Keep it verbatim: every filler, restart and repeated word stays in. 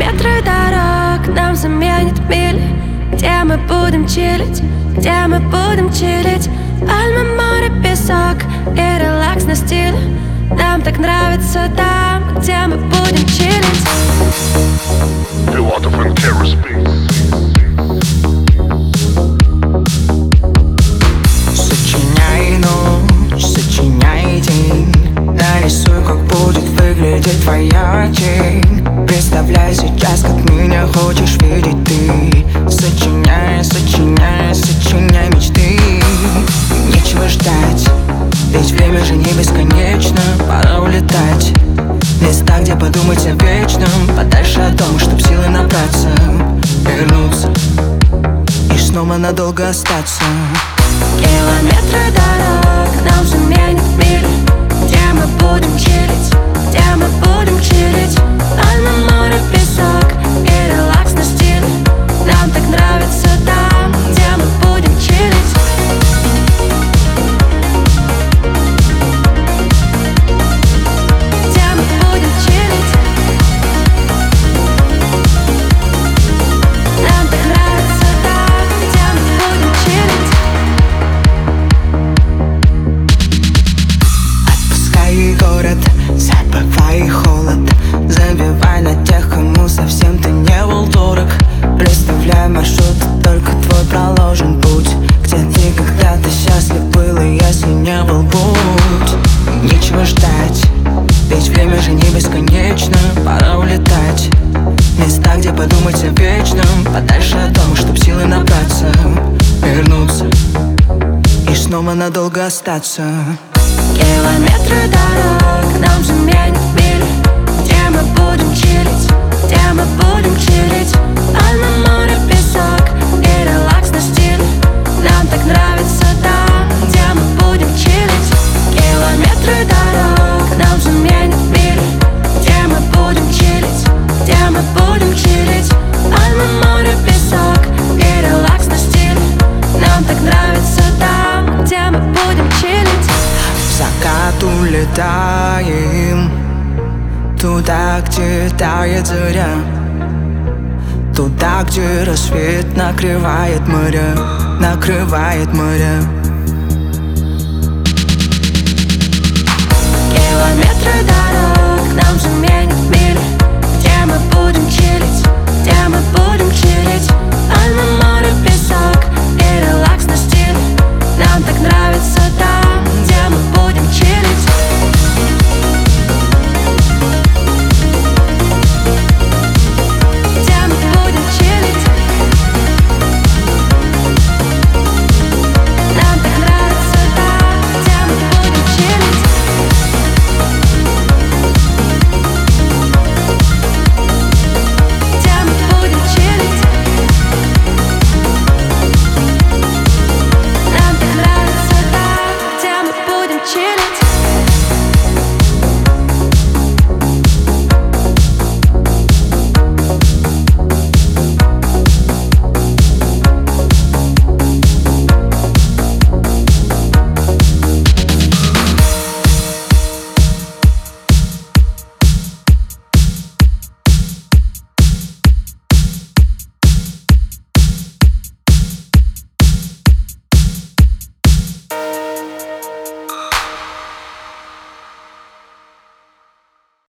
Километры дорог нам заменят мили. Где мы будем чилить, где мы будем чилить. Пальмы, море, песок и релакс на стиле. Нам так нравится там, где мы будем чилить. Филатов and Terror Space. Сочиняй ночь, сочиняй день. Нарисуй, как будет выглядеть твоя тень. Представляй сейчас, как меня хочешь видеть ты. Сочиняй, сочиняй, сочиняй мечты. Нечего ждать, ведь время же не бесконечно. Пора улетать в места, где подумать о вечном. Подальше от дома, чтоб силы набраться. Вернуться и снова надолго остаться. Километры дорог нам заменят мили. Где мы будем чилить, где мы будем чилить. Пальмы, море, песок и релакс на стиле. Нам так нравится там, где мы будем чилить. Где мы будем чилить. Нам так нравится там, где мы будем чилить. Отпускай город, забывай холод. Забивай на тех, кому совсем ты не был дорог. Представляй маршрут, только твой проложен путь. Где ты когда-то счастлив был, и если не был, будь. Нечего ждать, ведь время же не бесконечно. Пора улетать в места, где подумать о вечном. Подальше от дома, чтоб силы набраться. Вернуться и снова надолго остаться. Километры дорог нам заменят мили. Где мы будем чилить, где мы будем чилить. Пальмы, море, песок и релакс на стиле. Нам так нравится там, где мы будем чилить. Километры дорог нам заменят мили. Где мы будем чилить, где мы будем чилить. Пальмы, море, песок и релакс на стиле. Нам так нравится там, где мы будем чилить. В закат улетаем туда, где тает заря. Туда, где рассвет накрывает моря, накрывает моря.